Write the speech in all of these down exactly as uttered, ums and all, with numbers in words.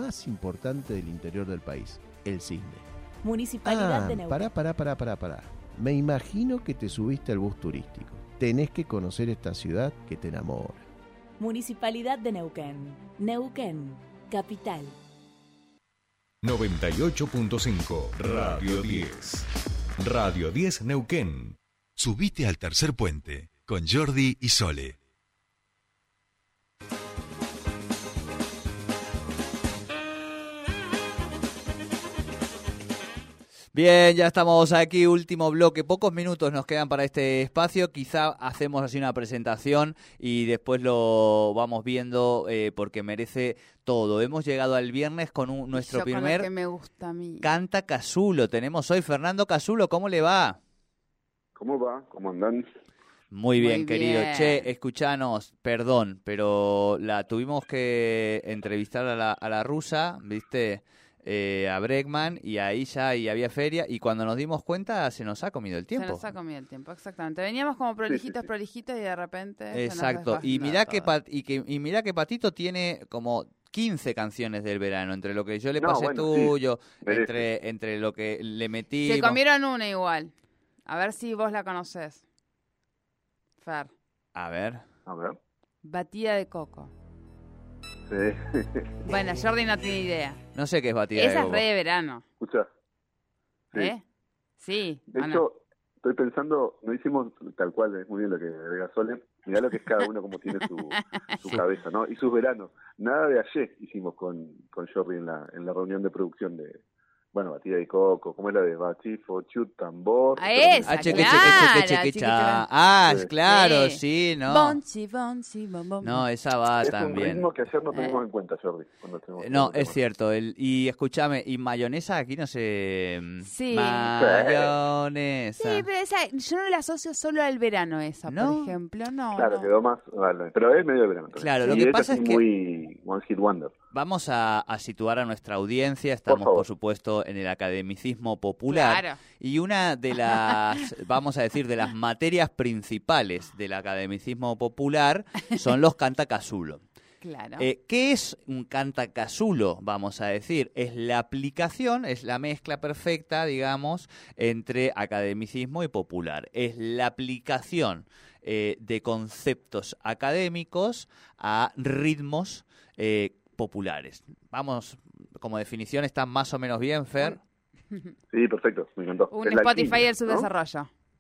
más importante del interior del país, el Cisne. Municipalidad ah, de Neuquén. Pará, pará, pará, pará, pará. Me imagino que te subiste al bus turístico. Tenés que conocer esta ciudad que te enamora. Municipalidad de Neuquén. Neuquén, capital. noventa y ocho punto cinco Radio diez. Radio diez Neuquén. Subite al tercer puente con Jordi y Sole. Bien, ya estamos aquí, último bloque, pocos minutos nos quedan para este espacio, quizá hacemos así una presentación y después lo vamos viendo eh, porque merece todo. Hemos llegado al viernes con un, nuestro Yo primer con lo que me gusta a mí. Canta Casulo. Tenemos hoy Fernando Casulo, ¿cómo le va? ¿Cómo va? ¿Cómo andan? Muy bien, Muy querido. bien. Che, escuchanos, perdón, pero la tuvimos que entrevistar a la, a la rusa, ¿viste? Eh, a Bregman, y ahí ya y había feria, y cuando nos dimos cuenta se nos ha comido el tiempo. Se nos ha comido el tiempo, exactamente. Veníamos como prolijitos, sí, sí. prolijitos, y de repente Exacto, y mirá, que Pat, y, que, y mirá que Patito tiene como quince canciones del verano, entre lo que yo le No, pasé bueno, tuyo, sí, entre, entre lo que le metí. Se comieron una igual. A ver si vos la conocés. Fer. A ver. A ver. Batida de coco. Sí. Bueno, Jordi no tiene idea. No sé qué es batida de Esa es coco. re de verano. Escucha. Sí. ¿Eh? Sí. De ¿o hecho, no? estoy pensando, no hicimos tal cual, es muy bien lo que agrega Sole. Mirá lo que es cada uno, como tiene su, su Sí. cabeza, ¿no? Y sus veranos. Nada de ayer hicimos con, con Jordi en la, en la reunión de producción de, bueno, batida de coco, ¿cómo es la de Batifo, Chut, Tambor? Ah, esa, Ah, cheque, claro, cheque, cheque, cheque, chiquita. cha. Ah, Sí. claro, Sí. sí, no. Bonchi, bonchi, bom, bom. No, esa va Es un también. ritmo que ayer no tuvimos en cuenta, Jordi. Cuando estuvimos Eh, No, haciendo el es tema. cierto. El, y escúchame, y mayonesa aquí no sé. Sí. Mayonesa. Sí, pero esa, yo no la asocio solo al verano esa, ¿No? por ejemplo. No, Claro, no. quedó más, vale, pero es medio de verano. también. Claro, lo Y que es pasa así es que- muy One Hit Wonder. Vamos a, a situar a nuestra audiencia. Estamos, Por por, favor. supuesto, en el academicismo popular. Claro. Y una de las, vamos a decir, de las materias principales del academicismo popular son los cantacasulo. Claro. Eh, ¿Qué es un cantacasulo? Vamos a decir, es la aplicación, es la mezcla perfecta, digamos, entre academicismo y popular. Es la aplicación eh, de conceptos académicos a ritmos eh, populares. Vamos, como definición está más o menos bien, Fer. Sí, perfecto, me encantó. Un Es la Spotify alquimia, del subdesarrollo.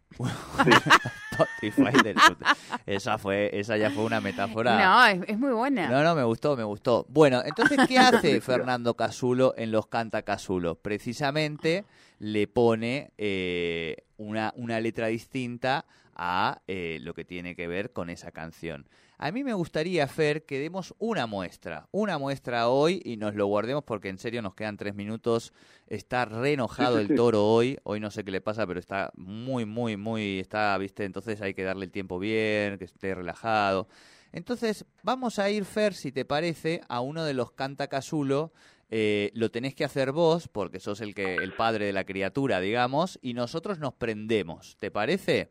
Spotify del sur. Esa fue, esa ya fue una metáfora. No, es, es muy buena. No, no, me gustó, me gustó. Bueno, entonces, ¿qué hace Fernando Casulo en los Canta Casulo? Precisamente le pone eh, una, una letra distinta a eh, lo que tiene que ver con esa canción. A mí me gustaría, Fer, que demos una muestra, una muestra hoy y nos lo guardemos porque en serio nos quedan tres minutos. Está re enojado el toro hoy, hoy no sé qué le pasa, pero está muy, muy, muy, está, viste, entonces hay que darle el tiempo bien, que esté relajado. Entonces, vamos a ir, Fer, si te parece, a uno de los Canta Casulo. Eh, lo tenés que hacer vos, porque sos el que el padre de la criatura, digamos, y nosotros nos prendemos. ¿Te parece?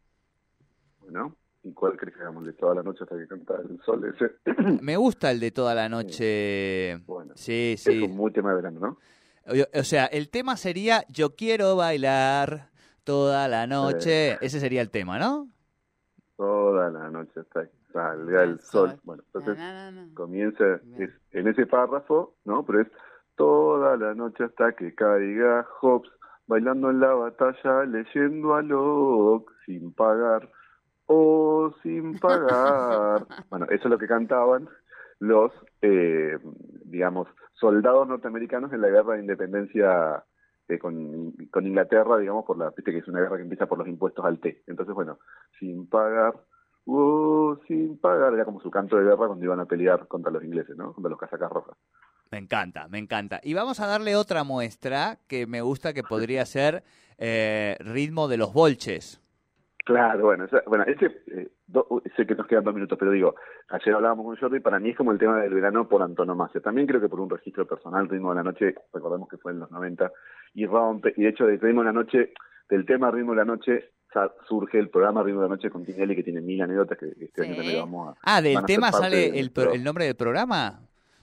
Bueno, ¿y cuál crees que hagamos? De toda la noche hasta que canta el sol ese. Me gusta el de toda la noche. Bueno, Sí, es sí. un muy tema de verano, ¿no? O, o sea, el tema sería Yo quiero bailar toda la noche. Ese sería el tema, ¿no? Toda la noche hasta que salga el sol. Bueno, entonces No, no, no, no. comienza Bien. es, en ese párrafo, ¿no? Pero es toda la noche hasta que caiga Hobbes, bailando en la batalla, leyendo a Locke, sin pagar, o sin pagar. Bueno, eso es lo que cantaban los, eh, digamos, soldados norteamericanos en la guerra de independencia eh, con, con Inglaterra, digamos, por la, viste que es una guerra que empieza por los impuestos al té. Entonces, bueno, sin pagar, oh, sin pagar, era como su canto de guerra cuando iban a pelear contra los ingleses, ¿no? Contra los casacas rojas. Me encanta, me encanta. Y vamos a darle otra muestra que me gusta que podría ser eh, ritmo de los bolches. Claro, bueno, esa, bueno, ese, eh, do, sé que nos quedan dos minutos, pero digo, ayer hablábamos con Jordi, para mí es como el tema del verano por antonomasia. También creo que por un registro personal, Ritmo de la Noche, recordemos que fue en los noventa, y rompe, y de hecho de Ritmo de la Noche, del tema Ritmo de la Noche, surge el programa Ritmo de la Noche con Tinelli, que tiene mil anedotas que, que este Sí. año también vamos a... Ah, ¿del van a ser tema parte sale de el, nuestro- pro- el nombre del programa?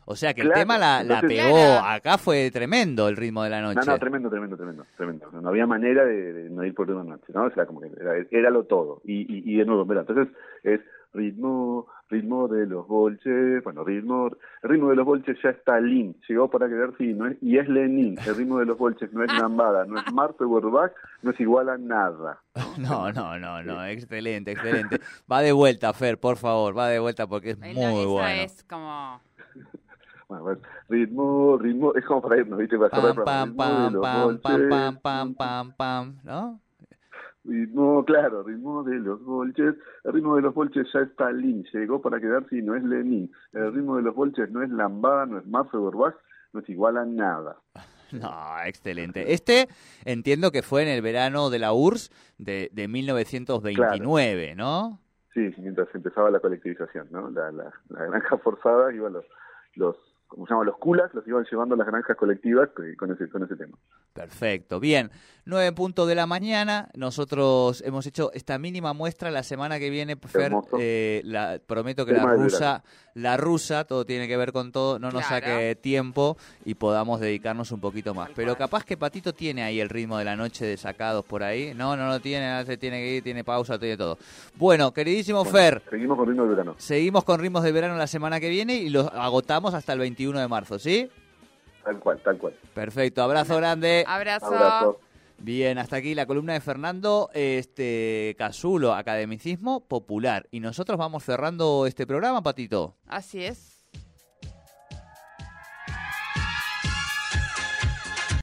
O sea que el Claro, tema la, la entonces- pegó, Claro. acá fue tremendo el ritmo de la noche. No, no, tremendo, tremendo, tremendo, tremendo. No había manera de, de no ir por una noche, ¿no? O sea, como que era, era lo todo. Y, y, y de nuevo, mira, entonces es ritmo, ritmo de los bolches, bueno, ritmo, el ritmo de los bolches ya está Lin, llegó para quedarse y, no es, y es Lenin. El ritmo de los bolches no es lambada, no es Marte Werbach, no es igual a nada. No, no, no, no, excelente, excelente. Va de vuelta, Fer, por favor, va de vuelta porque es Ahí muy la- esa bueno. es como... Bueno, pues, ritmo, ritmo, es como para irnos, ¿viste? Para cerrar Pam, el pam, programa. Ritmo de pam, los pam, pam, bolches, pam, pam, pam, pam, ¿no? Ritmo, claro, ritmo de los bolches. El ritmo de los bolches ya está Lin, llegó para quedarse y no es Lenin. El ritmo de los bolches no es lambada, no es Marce Werbach, no es igual a nada. No, excelente. Este entiendo que fue en el verano de la U R S S de, de mil novecientos veintinueve, ¿no? Sí, mientras empezaba la colectivización, ¿no? La, la, la granja forzada, iban los, los, ¿cómo se llama? Los culas, los iban llevando a las granjas colectivas con ese, con ese tema. Perfecto, bien. Nueve puntos de la mañana. Nosotros hemos hecho esta mínima muestra. La semana que viene, Fer, Hermoso. eh, la, prometo que Tema la del rusa, la rusa, todo tiene que ver con todo, no nos Claro. saque tiempo y podamos dedicarnos un poquito más. Tal Pero cual. capaz que Patito tiene ahí el ritmo de la noche de sacados por ahí. No, no lo tiene, no se tiene que ir, tiene pausa, tiene todo. Bueno, queridísimo Bueno, Fer, seguimos con ritmo de verano. seguimos con ritmos de verano la semana que viene y los agotamos hasta el veintiuno de marzo, ¿sí? Tal cual, tal cual. Perfecto, abrazo grande. Abrazo. Abrazo. Bien, hasta aquí la columna de Fernando este Casulo, Academicismo Popular. Y nosotros vamos cerrando este programa, Patito. Así es.